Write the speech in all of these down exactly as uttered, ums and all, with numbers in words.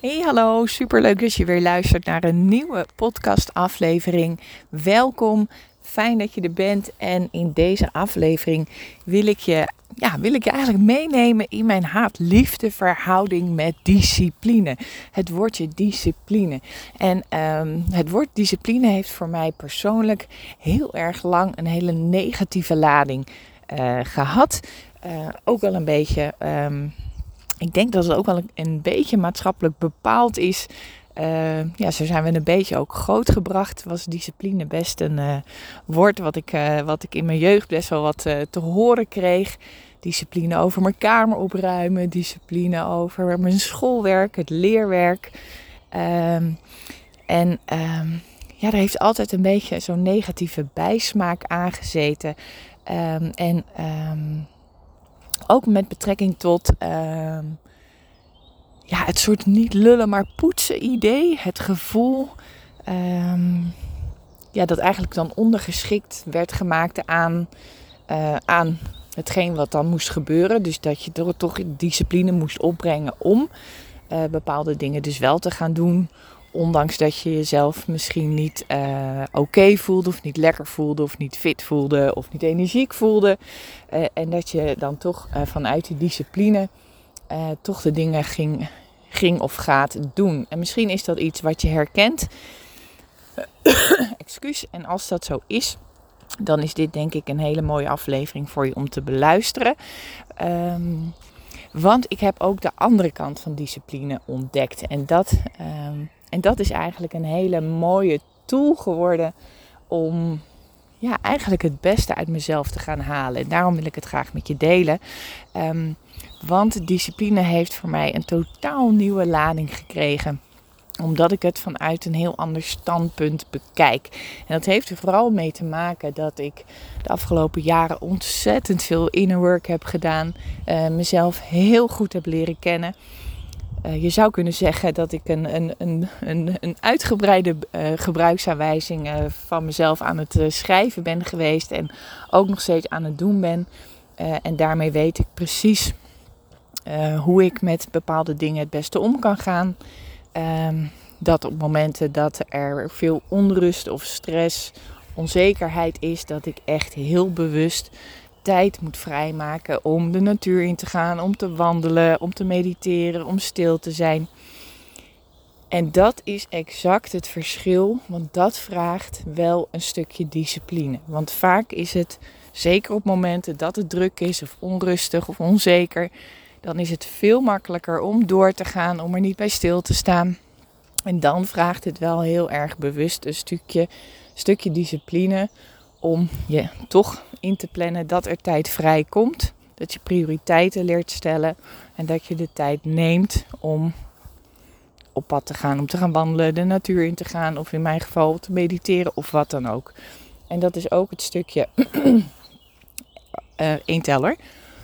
Hey, hallo, superleuk dat je weer luistert naar een nieuwe podcastaflevering. Welkom, fijn dat je er bent en in deze aflevering wil ik je, ja, wil ik je eigenlijk meenemen in mijn haat-liefde verhouding met discipline. Het woordje discipline. En um, het woord discipline heeft voor mij persoonlijk heel erg lang een hele negatieve lading uh, gehad. Uh, ook wel een beetje... Um, Ik denk dat het ook wel een, een beetje maatschappelijk bepaald is. Uh, ja, zo zijn we een beetje ook grootgebracht. Was discipline best een uh, woord wat ik, uh, wat ik in mijn jeugd best wel wat uh, te horen kreeg. Discipline over mijn kamer opruimen. Discipline over mijn schoolwerk, het leerwerk. Um, en um, ja, er heeft altijd een beetje zo'n negatieve bijsmaak aangezeten. Um, en... Um, Ook met betrekking tot uh, ja, het soort niet lullen maar poetsen idee. Het gevoel um, ja, dat eigenlijk dan ondergeschikt werd gemaakt aan, uh, aan hetgeen wat dan moest gebeuren. Dus dat je toch, toch discipline moest opbrengen om uh, bepaalde dingen dus wel te gaan doen. Ondanks dat je jezelf misschien niet uh, oké okay voelde of niet lekker voelde of niet fit voelde of niet energiek voelde. Uh, en dat je dan toch uh, vanuit die discipline uh, toch de dingen ging, ging of gaat doen. En misschien is dat iets wat je herkent. Excuus. En als dat zo is, dan is dit denk ik een hele mooie aflevering voor je om te beluisteren. Um, want ik heb ook de andere kant van discipline ontdekt. En dat... Um, En dat is eigenlijk een hele mooie tool geworden om ja, eigenlijk het beste uit mezelf te gaan halen. En daarom wil ik het graag met je delen. Um, want discipline heeft voor mij een totaal nieuwe lading gekregen. Omdat ik het vanuit een heel ander standpunt bekijk. En dat heeft er vooral mee te maken dat ik de afgelopen jaren ontzettend veel inner work heb gedaan. Uh, mezelf heel goed heb leren kennen. Uh, je zou kunnen zeggen dat ik een, een, een, een, een uitgebreide uh, gebruiksaanwijzing uh, van mezelf aan het uh, schrijven ben geweest. En ook nog steeds aan het doen ben. Uh, en daarmee weet ik precies uh, hoe ik met bepaalde dingen het beste om kan gaan. Um, dat op momenten dat er veel onrust of stress, onzekerheid is, dat ik echt heel bewust tijd moet vrijmaken om de natuur in te gaan, om te wandelen, om te mediteren, om stil te zijn. En dat is exact het verschil, want dat vraagt wel een stukje discipline. Want vaak is het, zeker op momenten dat het druk is of onrustig of onzeker, dan is het veel makkelijker om door te gaan, om er niet bij stil te staan. En dan vraagt het wel heel erg bewust een stukje, stukje discipline om je toch in te plannen dat er tijd vrij komt. Dat je prioriteiten leert stellen. En dat je de tijd neemt om op pad te gaan. Om te gaan wandelen, de natuur in te gaan. Of in mijn geval te mediteren of wat dan ook. En dat is ook het stukje... uh, één teller.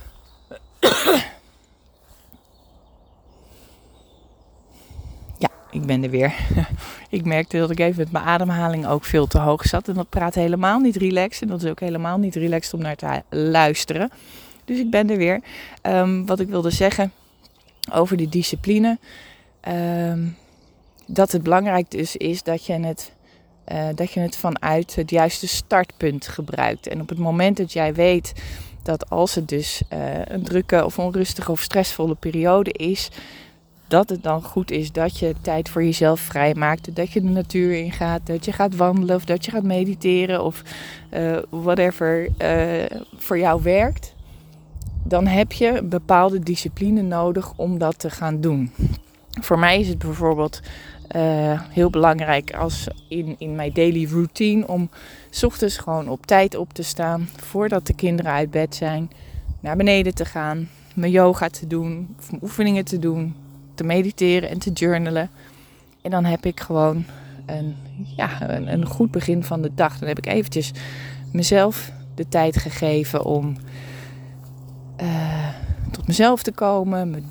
Ja, ik ben er weer. Ik merkte dat ik even met mijn ademhaling ook veel te hoog zat. En dat praat helemaal niet relaxed. En dat is ook helemaal niet relaxed om naar te luisteren. Dus ik ben er weer. Um, wat ik wilde zeggen over die discipline. Um, dat het belangrijk dus is dat je het, uh, dat je het vanuit het juiste startpunt gebruikt. En op het moment dat jij weet dat als het dus uh, een drukke of onrustige of stressvolle periode is, dat het dan goed is dat je tijd voor jezelf vrijmaakt. Dat je de natuur ingaat. Dat je gaat wandelen. Of dat je gaat mediteren. Of uh, whatever uh, voor jou werkt. Dan heb je een bepaalde discipline nodig om dat te gaan doen. Voor mij is het bijvoorbeeld uh, heel belangrijk als in, in mijn daily routine. Om 's ochtends gewoon op tijd op te staan. Voordat de kinderen uit bed zijn. Naar beneden te gaan. Mijn yoga te doen. Of mijn oefeningen te doen. Te mediteren en te journalen. En dan heb ik gewoon een, ja, een, een goed begin van de dag. Dan heb ik eventjes mezelf de tijd gegeven om uh, tot mezelf te komen.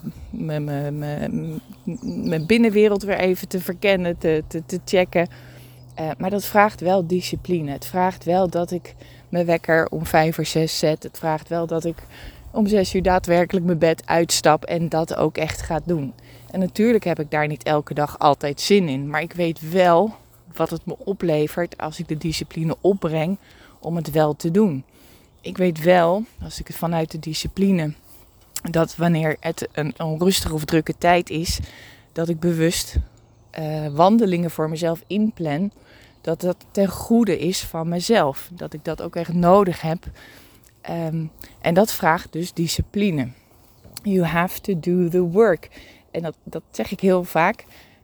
Mijn binnenwereld weer even te verkennen, te, te, te checken. Uh, maar dat vraagt wel discipline. Het vraagt wel dat ik mijn wekker om vijf uur zes zet. Het vraagt wel dat ik om zes uur daadwerkelijk mijn bed uitstap en dat ook echt gaat doen. En natuurlijk heb ik daar niet elke dag altijd zin in. Maar ik weet wel wat het me oplevert als ik de discipline opbreng om het wel te doen. Ik weet wel, als ik het vanuit de discipline, dat wanneer het een onrustige of drukke tijd is, dat ik bewust uh, wandelingen voor mezelf inplan. Dat dat ten goede is van mezelf. Dat ik dat ook echt nodig heb. Um, en dat vraagt dus discipline. You have to do the work. En dat, dat zeg ik heel vaak.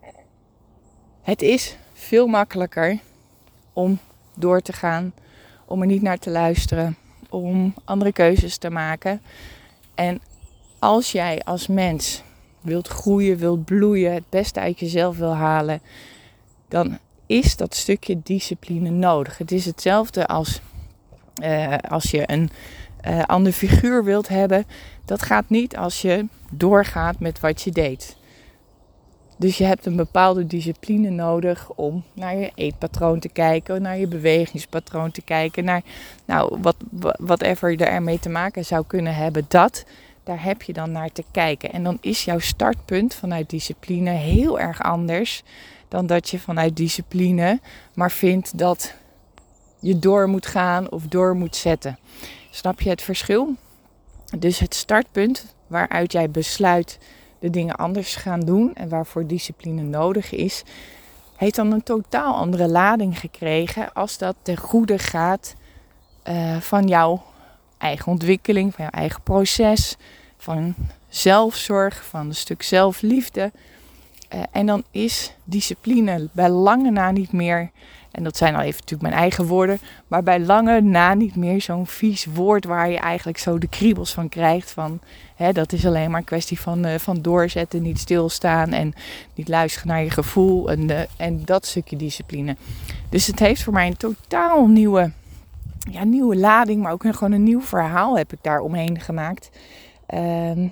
Het is veel makkelijker om door te gaan. Om er niet naar te luisteren. Om andere keuzes te maken. En als jij als mens wilt groeien, wilt bloeien, het beste uit jezelf wil halen, dan is dat stukje discipline nodig. Het is hetzelfde als uh, als je een uh, ander figuur wilt hebben. Dat gaat niet als je doorgaat met wat je deed. Dus je hebt een bepaalde discipline nodig om naar je eetpatroon te kijken, naar je bewegingspatroon te kijken, naar nou, wat, whatever je ermee te maken zou kunnen hebben. Dat, daar heb je dan naar te kijken. En dan is jouw startpunt vanuit discipline heel erg anders dan dat je vanuit discipline maar vindt dat je door moet gaan of door moet zetten. Snap je het verschil? Dus het startpunt waaruit jij besluit de dingen anders gaan doen en waarvoor discipline nodig is, heeft dan een totaal andere lading gekregen als dat ten goede gaat uh, van jouw eigen ontwikkeling, van jouw eigen proces, van zelfzorg, van een stuk zelfliefde. Uh, en dan is discipline bij lange na niet meer, en dat zijn al even natuurlijk mijn eigen woorden, maar bij lange na niet meer zo'n vies woord waar je eigenlijk zo de kriebels van krijgt. Van, hè, dat is alleen maar een kwestie van, uh, van doorzetten, niet stilstaan en niet luisteren naar je gevoel en, uh, en dat stukje discipline. Dus het heeft voor mij een totaal nieuwe, ja, nieuwe lading, maar ook een, gewoon een nieuw verhaal heb ik daar omheen gemaakt. Um,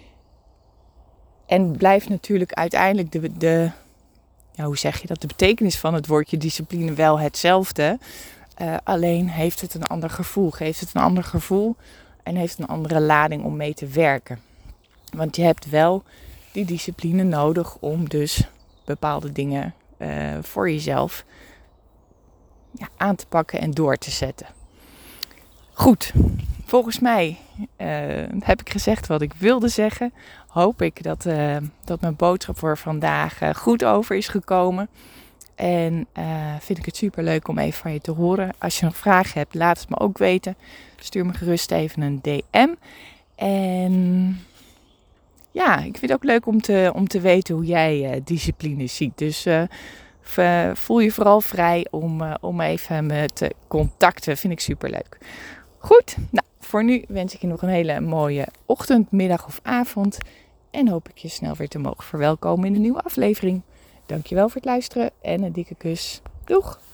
en blijft natuurlijk uiteindelijk de... de Ja, hoe zeg je dat? De betekenis van het woordje discipline wel hetzelfde. Uh, alleen heeft het een ander gevoel. Geeft het een ander gevoel en heeft een andere lading om mee te werken. Want je hebt wel die discipline nodig om dus bepaalde dingen uh, voor jezelf ja, aan te pakken en door te zetten. Goed, volgens mij uh, heb ik gezegd wat ik wilde zeggen. Hoop ik dat, uh, dat mijn boodschap voor vandaag uh, goed over is gekomen. En uh, vind ik het super leuk om even van je te horen. Als je nog vragen hebt, laat het me ook weten. Stuur me gerust even een D M. En ja, ik vind het ook leuk om te, om te weten hoe jij uh, discipline ziet. Dus uh, v- voel je vooral vrij om, uh, om even me te contacten. Vind ik super leuk. Goed, nou voor nu wens ik je nog een hele mooie ochtend, middag of avond. En hoop ik je snel weer te mogen verwelkomen in een nieuwe aflevering. Dankjewel voor het luisteren en een dikke kus. Doeg!